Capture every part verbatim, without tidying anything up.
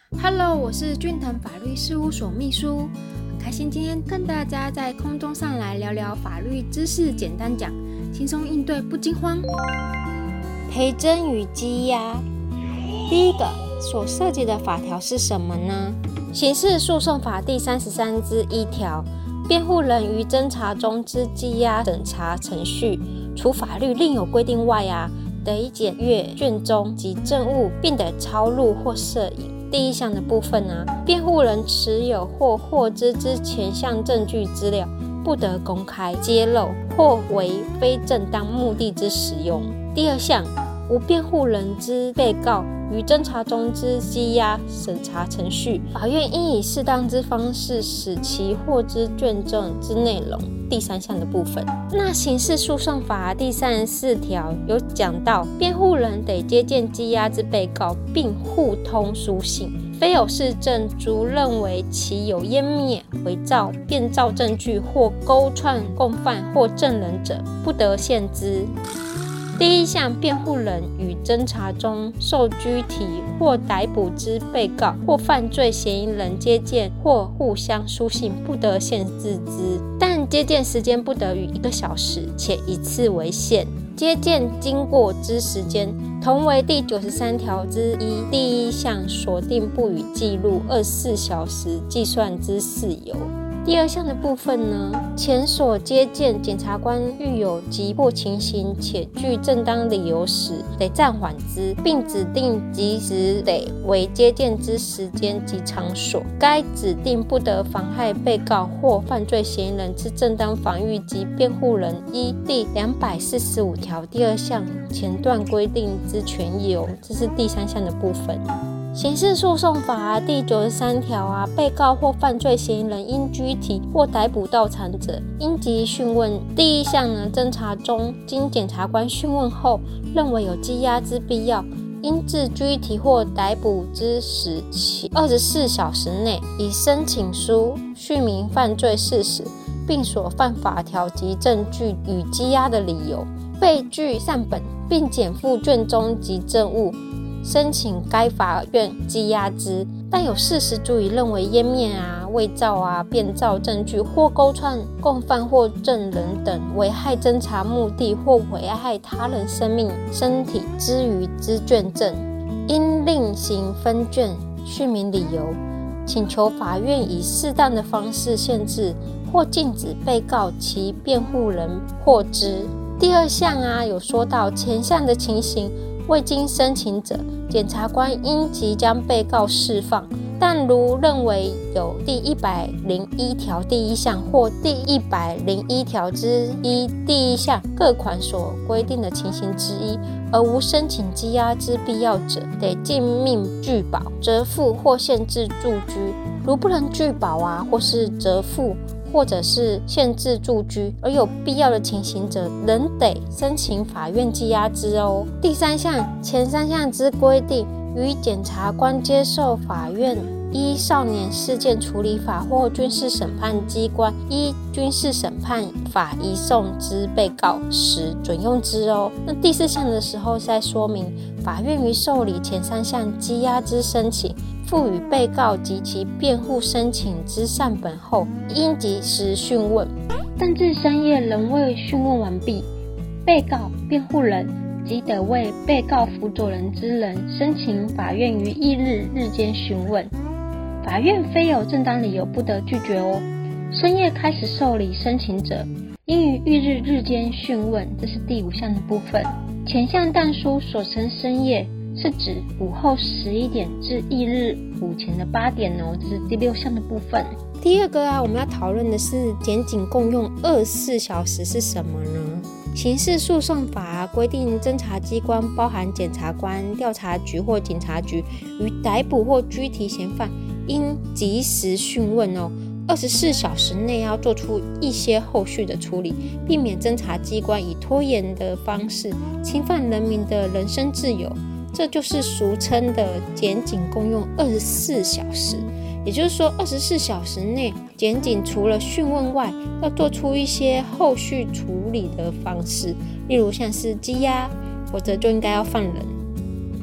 Hello， 我是俊腾法律事务所秘书，很开心今天跟大家在空中上来聊聊法律知识，简单讲，轻松应对不惊慌。 培真与羁押，第一个所涉及的法条是什么呢？刑事诉讼法第三十三之一条，辩护人于侦查中之羁押审查程序，除法律另有规定外啊，得检阅卷宗及证物，并得抄录或摄影。第一项的部分啊，辩护人持有或获知之前项证据资料，不得公开揭露或为非正当目的之使用。第二项，无辩护人之被告于侦查中之羁押审查程序，法院应以适当之方式使其获知卷证之内容。第三项的部分，那刑事诉讼法第三十四条有讲到，辩护人得接见羁押之被告，并互通书信，非有事证足认为其有湮灭、伪造、变造证据或勾串共犯或证人者，不得限之。第一项，辩护人与侦查中受拘提或逮捕之被告或犯罪嫌疑人接见或互相书信，不得限制之，但接见时间不得逾一个小时，且一次为限。接见经过之时间，同为第九十三条之一第一项所定不予记录二十四小时计算之事由。第二项的部分呢，前所接见检察官遇有急迫情形且具正当理由时，得暂缓之，并指定即时得为接见之时间及场所。该指定不得妨害被告或犯罪嫌疑人之正当防御及辩护人依第两百四十五条第二项前段规定之权由。这是第三项的部分。刑事诉讼法、啊、第九十三条啊，被告或犯罪嫌疑人因拘提或逮捕到场者，应即讯问。第一项呢，侦查中经检察官讯问后，认为有羁押之必要，应自拘提或逮捕之时起二十四小时内，以申请书叙明犯罪事实，并所犯法条及证据与羁押的理由，备具善本，并检附卷宗及证物，申请该法院羁押之。但有事实足以认为湮灭啊、伪造啊、变造证据或勾串共犯或证人等危害侦查目的或危害他人生命、身体之余之卷证，应另行分卷叙明理由，请求法院以适当的方式限制或禁止被告其辩护人获知。第二项啊，有说到前项的情形未经申请者，检察官应即将被告释放，但如认为有第一百零一条第一项或第一百零一条之一第一项各款所规定的情形之一，而无申请羁押之必要者，得尽命拒保、责付或限制住居。如不能拒保啊，或是责付，或者是限制住居，而有必要的情形者，仍得申请法院羁押之哦。第三项，前三项之规定，于检察官接受法院依少年事件处理法或军事审判机关依军事审判法移送之被告时准用之哦。那第四项的时候是在说明，法院于受理前三项羁押之申请，赋予被告及其辩护申请之善本后，应及时讯问，但至深夜仍未讯问完毕，被告、辩护人即得为被告辅佐人之人申请法院于翌日日间询问，法院非有正当理由不得拒绝哦。深夜开始受理申请者，应于翌日日间讯问，这是第五项的部分。前项但书所称深夜，是指午后十一点至翌日午前的八点哦，这是第六项的部分。第二个啊，我们要讨论的是检警共用二十四小时是什么呢？刑事诉讼法、啊、规定，侦查机关包含检察官、调查局或警察局，于逮捕或拘提嫌犯，应及时讯问哦。二十四小时内要做出一些后续的处理，避免侦查机关以拖延的方式侵犯人民的人身自由，这就是俗称的检警共用二十四小时。也就是说，二十四小时内，检警除了讯问外，要做出一些后续处理的方式，例如像是羁押，或者就应该要放人，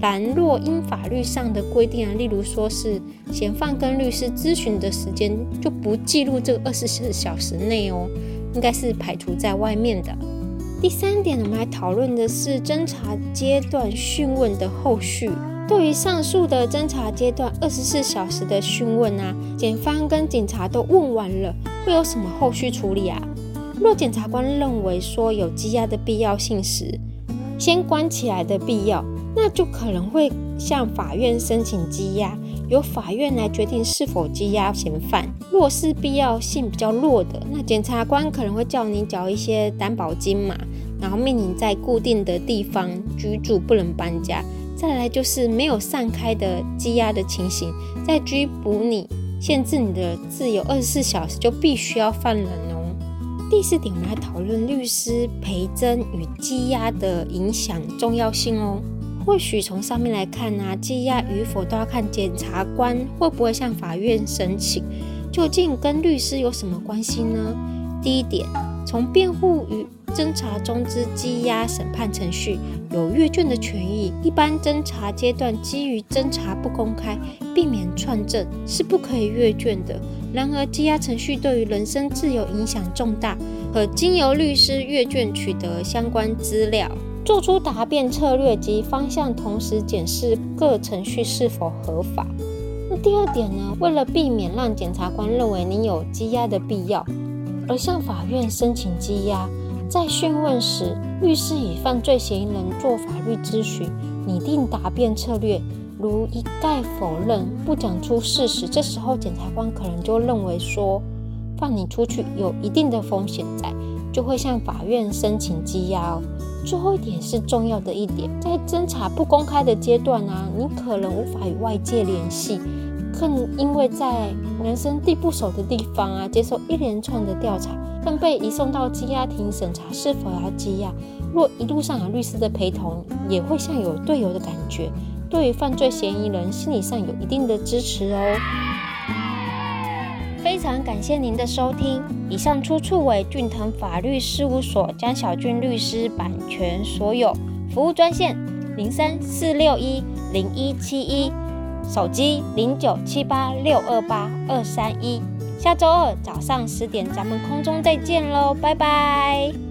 然若因法律上的规定啊，例如说是嫌犯跟律师咨询的时间就不记录这个二十四小时内哦，应该是排除在外面的。第三点，我们来讨论的是侦查阶段讯问的后续。对于上述的侦查阶段二十四小时的讯问啊，检方跟警察都问完了，会有什么后续处理啊？若检察官认为说有羁押的必要性时，先关起来的必要，那就可能会向法院申请羁押，由法院来决定是否羁押嫌犯。若是必要性比较弱的，那检察官可能会叫你缴一些担保金嘛，然后命你在固定的地方居住，不能搬家。再来就是没有散开的羁押的情形，再拘捕你，限制你的自由二十四小时，就必须要犯人哦。第四点，我们来讨论律师陪侦与羁押的影响重要性哦。或许从上面来看啊，羁押与否都要看检察官会不会向法院申请，究竟跟律师有什么关系呢？第一点，从辩护与侦查中之羁押审判程序有阅卷的权益，一般侦查阶段基于侦查不公开，避免串证是不可以阅卷的。然而羁押程序对于人身自由影响重大，可经由律师阅卷取得相关资料，做出答辩策略及方向，同时检视各程序是否合法。那第二点呢，为了避免让检察官认为你有羁押的必要，而向法院申请羁押，在讯问时，律师以犯罪嫌疑人做法律咨询，拟定答辩策略，如一概否认，不讲出事实，这时候检察官可能就认为说放你出去有一定的风险在，就会向法院申请羁押哦。最后一点是重要的一点，在侦查不公开的阶段啊，你可能无法与外界联系，更因为在人生地不熟的地方啊，接受一连串的调查，更被移送到羁押庭审查是否要羁押。若一路上有律师的陪同，也会像有队友的感觉，对于犯罪嫌疑人心理上有一定的支持哦。非常感谢您的收听，以上出处为俊腾法律事务所江小俊律师版权所有，服务专线零三四六一零一七一，手机零九七八六二八二三一。下周二早上十点，咱们空中再见喽，拜拜。